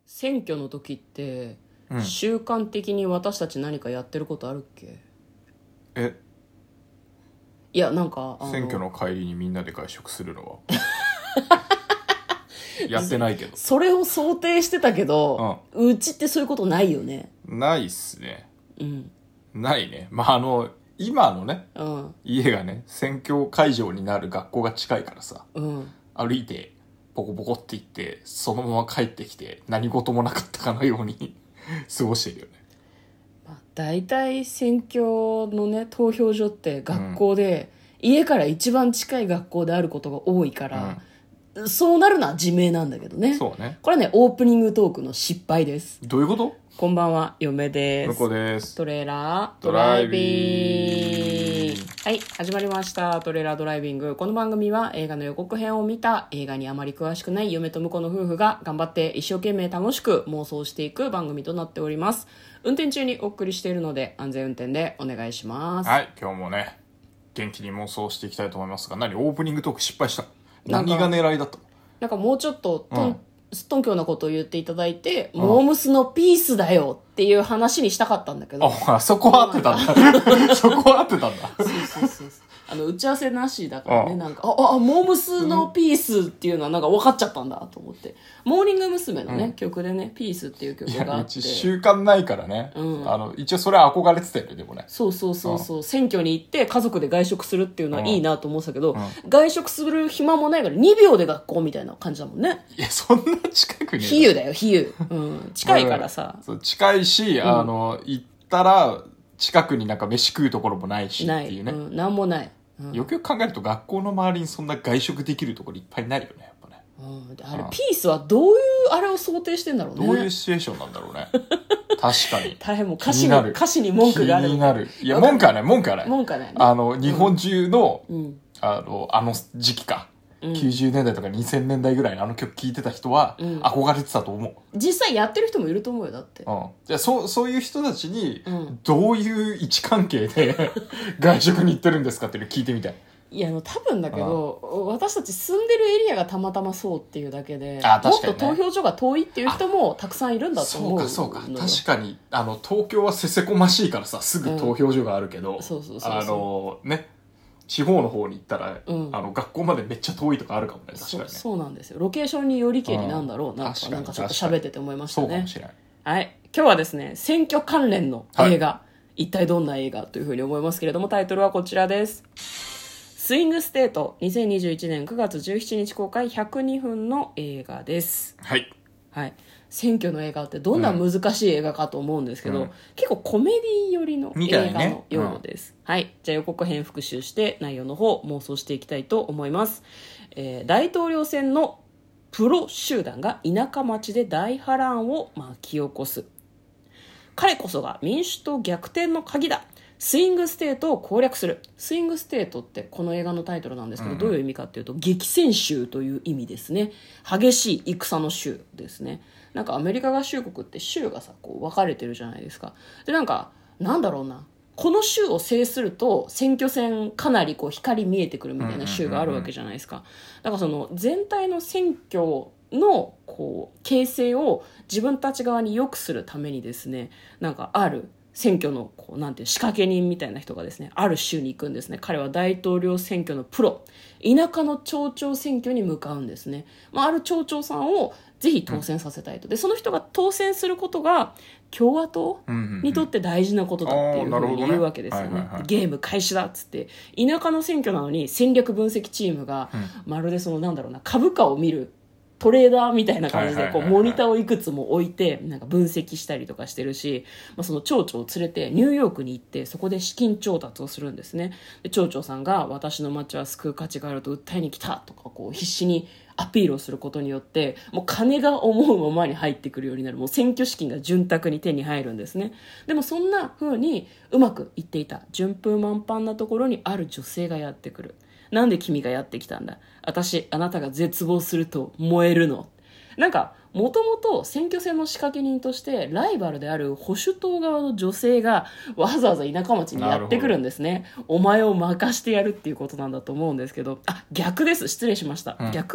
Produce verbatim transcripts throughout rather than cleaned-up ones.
選挙の時って、 うん、 習慣的に私たち何かやってることあるっけ？ えいやなんか選挙の帰りにみんなで外食するのはやってないけどそれを想定してたけど、うん、うちってそういうことないよね。 ないっすね。 うんないね。まああの今のね、 うん、 家がね選挙会場になる学校が近いからさ、 うん、 歩いてポコポコって行ってそのまま帰ってきて何事もなかったかのように過ごしてるよね。 まあ、大体選挙のね投票所って学校で、うん、家から一番近い学校であることが多いから、うん、そうなるのは自明なんだけどね。 そうね。 これねオープニングトークの失敗です。 どういうこと？ こんばんは、嫁です。 向こうです。 トレーラードライライビビング。 ング。はい、始まりました。トレーラードライビング。この番組は映画の予告編を見た、映画にあまり詳しくない嫁と婿の夫婦が頑張って一生懸命楽しく妄想していく番組となっております。運転中にお送りしているので安全運転でお願いします。 はい、今日もね元気に妄想していきたいと思いますが、何オープニングトーク失敗した？何が狙いだった？ なんかもうちょっととん、うんすっとんきょうなことを言っていただいて、 うん、 モームスのピースだよっていう話にしたかったんだけど。 あ、そこは合ってたんだ。そこは合ってたんだ。 そうそうそう。あの、打ち合わせなしだからね、なんか、あ、あ、モームスのピースっていうのはなんか分かっちゃったんだと思って。モーニング娘。のね、うん、曲でね、ピースっていう曲があって。 いや、うち習慣ないからね。うん、あの、一応それは憧れてたよね、でもね。 そうそうそうそう、うん。選挙に行って家族で外食するっていうのはいいなと思ってたけど、うん、外食する暇もないからにびょうで学校みたいな感じだもんね。 いや、そんな近くに。 比喩だよ、比喩。うん。近いからさ。 そう近いし、あの、行ったら、近くになんか飯食うところもないしっていうね。 ない。うん、なんもない。 うん、よくよく考えると学校の周りにそんな外食できるところいっぱいないよね、やっぱね。 うん、あれ、ピースはどういうあれを想定してんだろうね。 どういうシチュエーションなんだろうね。確かに。 大変もう歌詞に、歌詞に文句がある。 気になる。いや、文句はない、文句はない。 文句はない、ね。 あの、日本中の、 うん、 あの、あの時期か。うん、きゅうじゅうねんだいとかにせんねんだいぐらいのあの曲聴いてた人は憧れてたと思う、 うん、実際やってる人もいると思うよ。だって、 うん、じゃあそそういう人たちにどういう位置関係で外食に行ってるんですかっていうのを聞いてみたい。 いや、あの多分だけど、うん、私たち住んでるエリアがたまたまそうっていうだけで、 あ、確かにね、 もっと投票所が遠いっていう人もたくさんいるんだと思う。 そうかそうか、確かにあの東京はせせこましいからさすぐ投票所があるけど、うん、 そうそうそうそう、 あのね地方の方に行ったら、うん、あの学校までめっちゃ遠いとかあるかもね。確かにね。 そう、そうなんですよ。ロケーションによりけりなんだろうな、うん、なんかなんかちょっと喋ってて思いましたね。 そうかもしれない。 はい、今日はですね選挙関連の映画、はい、一体どんな映画というふうに思いますけれども、タイトルはこちらです。スイングステート、にせんにじゅういちねんくがつじゅうしちにち公開、ひゃくにふんの映画です。 はい、 はい、選挙の映画ってどんな難しい映画かと思うんですけど、うん、結構コメディ寄りの映画のようです、ねうん、はい。じゃあ予告編復習して内容の方妄想していきたいと思います、えー、大統領選のプロ集団が田舎町で大波乱を巻き起こす。彼こそが民主党逆転の鍵だ。スイングステートを攻略する。スイングステートってこの映画のタイトルなんですけど、うん、どういう意味かっていうと激戦州という意味ですね。激しい戦の州ですね。なんかアメリカ合衆国って州がさこう分かれてるじゃないですか。でなんかなんだろうな、この州を制すると選挙戦かなりこう光見えてくるみたいな州があるわけじゃないですか。だからその全体の選挙のこう形勢を自分たち側に良くするためにですね、なんかある選挙のこうなんていう仕掛け人みたいな人がですねある州に行くんですね。彼は大統領選挙のプロ、田舎の町長選挙に向かうんですね。まあ、ある町長さんをぜひ当選させたいと。でその人が当選することが共和党にとって大事なことだっていうふうに言うわけですよね。ゲーム開始だっつって、田舎の選挙なのに戦略分析チームがまるでそのなんだろうな株価を見るトレーダーみたいな感じでこうモニターをいくつも置いてなんか分析したりとかしてるし、まあ、その町長を連れてニューヨークに行ってそこで資金調達をするんですね。で町長さんが私の町は救う価値があると訴えに来たとかこう必死にアピールをすることによってもう金が思うままに入ってくるようになる。もう選挙資金が潤沢に手に入るんですね。でもそんな風にうまくいっていた順風満帆なところにある女性がやってくる。なんで君がやってきたんだ、私あなたが絶望すると燃えるの。なんかもともと選挙戦の仕掛け人としてライバルである保守党側の女性がわざわざ田舎町にやってくるんですね。お前を任してやるっていうことなんだと思うんですけど、あ逆です、失礼しました、うん、逆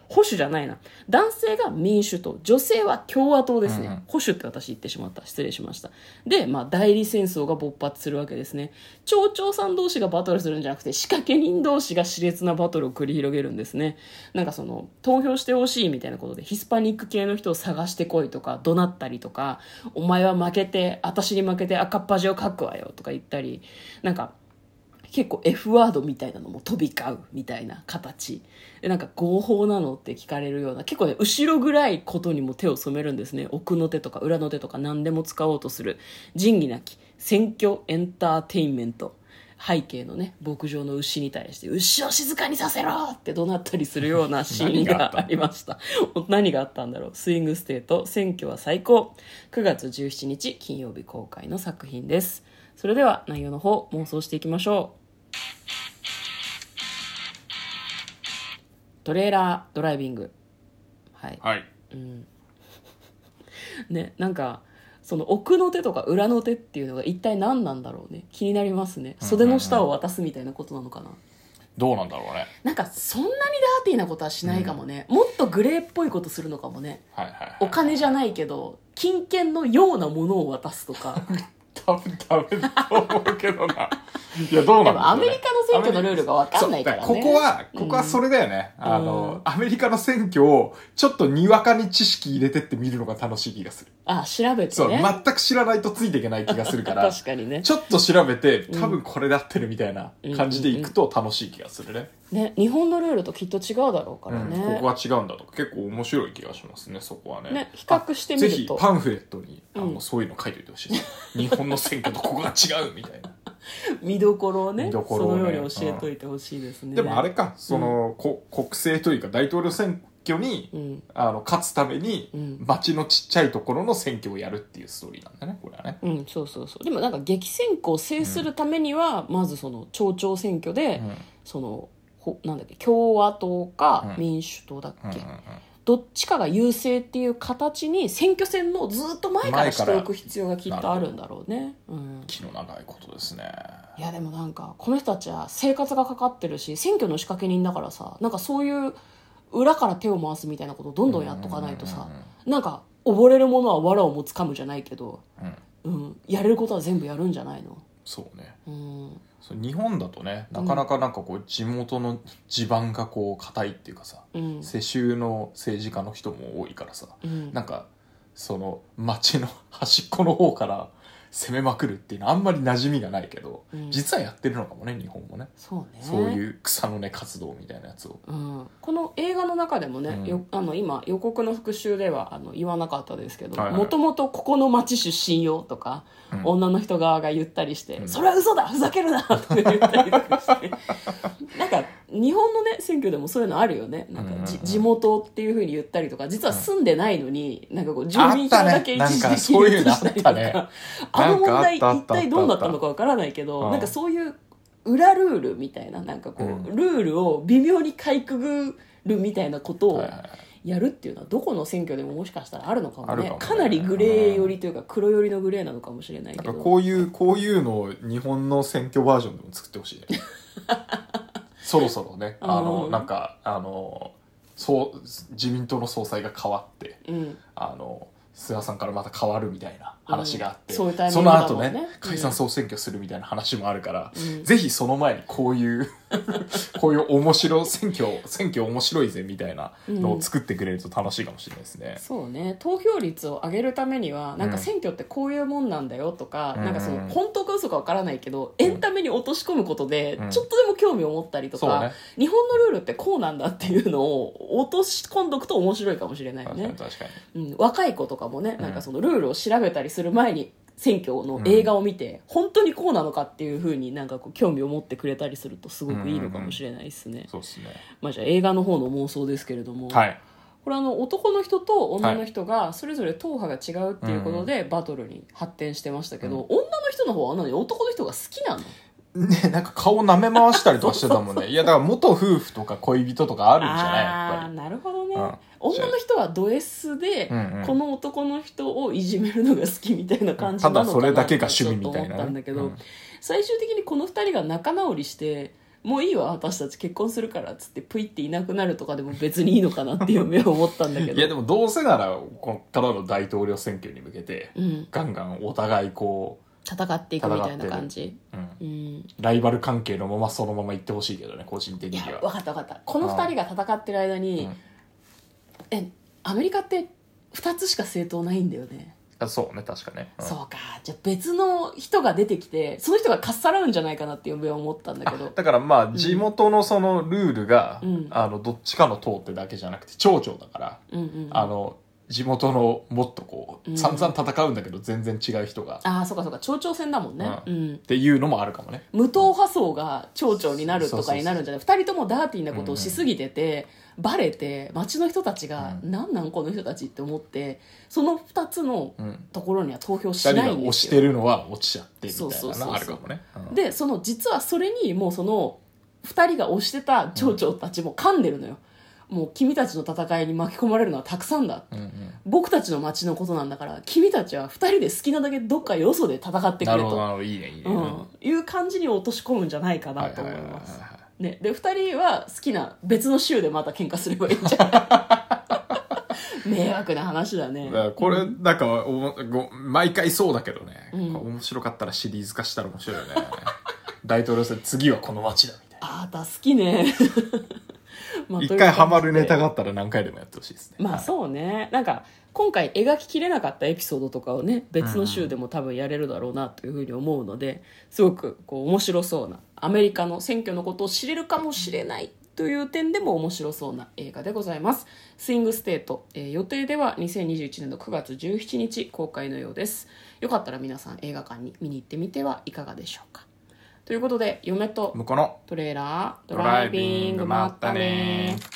保守じゃないな。男性が民主党、女性は共和党ですね。うんうん、保守って私言ってしまった。失礼しました。で、まあ、代理戦争が勃発するわけですね。町長さん同士がバトルするんじゃなくて、仕掛け人同士が熾烈なバトルを繰り広げるんですね。なんかその、投票してほしいみたいなことで、ヒスパニック系の人を探してこいとか、怒鳴ったりとか、お前は負けて、私に負けて赤っ端を書くわよとか言ったり、なんか、結構 F ワードみたいなのも飛び交うみたいな形で、なんか合法なのって聞かれるような、結構ね後ろ暗いことにも手を染めるんですね。奥の手とか裏の手とか何でも使おうとする仁義なき選挙エンターテインメント。背景のね牧場の牛に対して牛を静かにさせろって怒鳴ったりするようなシーンがありました何があったんだろう。スイングステート選挙は最高、くがつじゅうしちにち金曜日公開の作品です。それでは内容の方妄想していきましょう。トレーラードライビング。はい、 はい、 うんね、なんかその奥の手とか裏の手っていうのが一体何なんだろうね。気になりますね。袖の下を渡すみたいなことなのかな、うんうんうん、 どうなんだろうね。 なんかそんなにダーティーなことはしないかもね、うん、もっとグレーっぽいことするのかもね、 はいはいはいはい、 お金じゃないけど金券のようなものを渡すとか多分ダメだと思うけどないやどうなんだろう、ね、でもアメリカの選挙のルールが分かんないからね。 ここはここはそれだよね、うん、あのアメリカの選挙をちょっとにわかに知識入れてって見るのが楽しい気がする。 あ、調べてね。 そう、全く知らないとついていけない気がするから確かにね。 ちょっと調べて多分これで合ってるみたいな感じでいくと楽しい気がするね、 うんうんうん、ね、日本のルールときっと違うだろうからね、 うん、ここは違うんだとか結構面白い気がしますね。そこは ね, ね比較してみるとぜひパンフレットにあの、うん、そういうの書いておいてほしいです日本の選挙とここが違うみたいな見どころをね、 見どころをね、 そのように教えといてほしいですね、 うん、でもあれかその、うん、国政というか大統領選挙に、うん、あの勝つために、うん、町のちっちゃいところの選挙をやるっていうストーリーなんだねこれはね。 うん、そうそうそう。でもなんか激戦区を制するためには、うん、まずその町長選挙で、うん、そのほなんだっけ共和党か民主党だっけ、うんうんうんうん、どっちかが優勢っていう形に選挙戦のずっと前からしておく必要がきっとあるんだろうね、うん、 気の長いことですね。 いやでもなんかこの人たちは生活がかかってるし選挙の仕掛け人だからさ、なんかそういう裏から手を回すみたいなことをどんどんやっとかないとさ、うんうんうんうん、なんか溺れるものは藁をもつかむじゃないけど、うんうん、やれることは全部やるんじゃないの。 そうね、 うん、 そう日本だとねなかなかなんかこう地元の地盤がこう硬いっていうかさ、うん、世襲の政治家の人も多いからさ、うん、なんかその町の端っこの方から攻めまくるっていうのはあんまり馴染みがないけど、うん、実はやってるのかもね日本もね。 そうね、 そういう草の根活動みたいなやつを、 うん、この映画の中でもね、うん、よあの今予告の復習ではあの言わなかったですけど、もともとここの町出身よとか、うん、女の人側が言ったりして、うん、それは嘘だふざけるなとか言ったりとかしてなんか日本のね選挙でもそういうのあるよね。なんか、うんうんうん、地元っていう風に言ったりとか、実は住んでないのに、うん、なんかこう住民票だけ一時的に移したりとか、ね、あの問題一体どうなったのかわからないけど、なんかそういう裏ルールみたいな、なんかこう、うん、ルールを微妙にかいくぐるみたいなことをやるっていうのはどこの選挙でももしかしたらあるのかも ね, かもね。かなりグレー寄りというか黒寄りのグレーなのかもしれないけど、 なんかこういうこういうのを日本の選挙バージョンでも作ってほしいねそろそろね、あのなんかあのそう自民党の総裁が変わって、うん、あの菅さんからまた変わるみたいな話があって、うん、そういうタイミングだもんね、その後ね解散総選挙するみたいな話もあるから、うん、ぜひその前にこういうこういう面白選挙選挙面白いぜみたいなのを作ってくれると楽しいかもしれないですね、 うん、そうね。投票率を上げるためにはなんか選挙ってこういうもんなんだよとか、うん、なんかその本当か嘘かわからないけど、うん、エンタメに落とし込むことでちょっとでも興味を持ったりとか、うんね、日本のルールってこうなんだっていうのを落とし込んどくと面白いかもしれないよね。 確かに確かに、 うん、若い子とかもね、なんかそのルールを調べたりする前に選挙の映画を見て、うん、本当にこうなのかっていう風になんかこう興味を持ってくれたりするとすごくいいのかもしれないですね、うんうんうん、 そうですね。 まあ、じゃあ映画の方の妄想ですけれども、 はい、 これあの男の人と女の人がそれぞれ党派が違うっていうことでバトルに発展してましたけど、うん、女の人の方は何男の人が好きなのね、なんか顔舐め回したりとかしてたもんねいやだから元夫婦とか恋人とかあるんじゃないやっぱり。 あなるほどね、うん、女の人はド S で、うんうん、この男の人をいじめるのが好きみたいな感じなのかな、 ただそれだけが趣味みたいな、ね、 思ったんだけど、うん、最終的にこのふたりが仲直りしてもういいわ私たち結婚するからっつってプイっていなくなるとかでも別にいいのかなっていう目を思ったんだけどいやでもどうせならこっからの大統領選挙に向けて、うん、ガンガンお互いこう戦っていくみたいな感じ、 うんうん、ライバル関係のままそのままいってほしいけどね個人的には。いや分かった分かった。このふたりが戦ってる間に、うん、えアメリカってふたつしか政党ないんだよね。 あそうね確かね、 うん、そうか。じゃあ別の人が出てきてその人がかっさらうんじゃないかなっていう思ったんだけど。 だからまあ地元のそのルールが、うん、あのどっちかの党ってだけじゃなくて町長だから、うんうんうん、あの地元のもっとこう、うん、散々戦うんだけど全然違う人がああそうかそうか町長選だもんね、 うんうん、っていうのもあるかもね。 無党派層が町長になるとかになるんじゃない。ふたりともダーティーなことをしすぎてて、うんうん、バレて町の人たちが、うん、なんなんこの人たちって思ってそのふたつのところには投票しないんですよ。ふたりが押してるのは落ちちゃってみたいなのあるかもね、 うん、でその実はそれにもうそのふたりが押してた町長たちも噛んでるのよ、うん、もう君たちの戦いに巻き込まれるのはたくさんだ、うんうん、僕たちの町のことなんだから君たちはふたりで好きなだけどっかよそで戦ってくれと。なるほどなるほどいいねいいね、うん、いう感じに落とし込むんじゃないかなと思います、ね、でふたりは好きな別の州でまた喧嘩すればいいんじゃない迷惑な話だね。 だからこれなんかおご毎回そうだけどね、うん、面白かったらシリーズ化したら面白いよね大統領選次はこの町だみたいな。 あーだ好きねまあ、一回ハマるネタがあったら何回でもやってほしいですね。 まあそうね。なんか今回描ききれなかったエピソードとかをね別の州でも多分やれるだろうなというふうに思うので、すごくこう面白そうなアメリカの選挙のことを知れるかもしれないという点でも面白そうな映画でございます。スイングステート、えー、予定ではにせんにじゅういちねんのくがつじゅうしちにち公開のようです。よかったら皆さん映画館に見に行ってみてはいかがでしょうか。ということで嫁と向こうのトレーラードライビングまったね。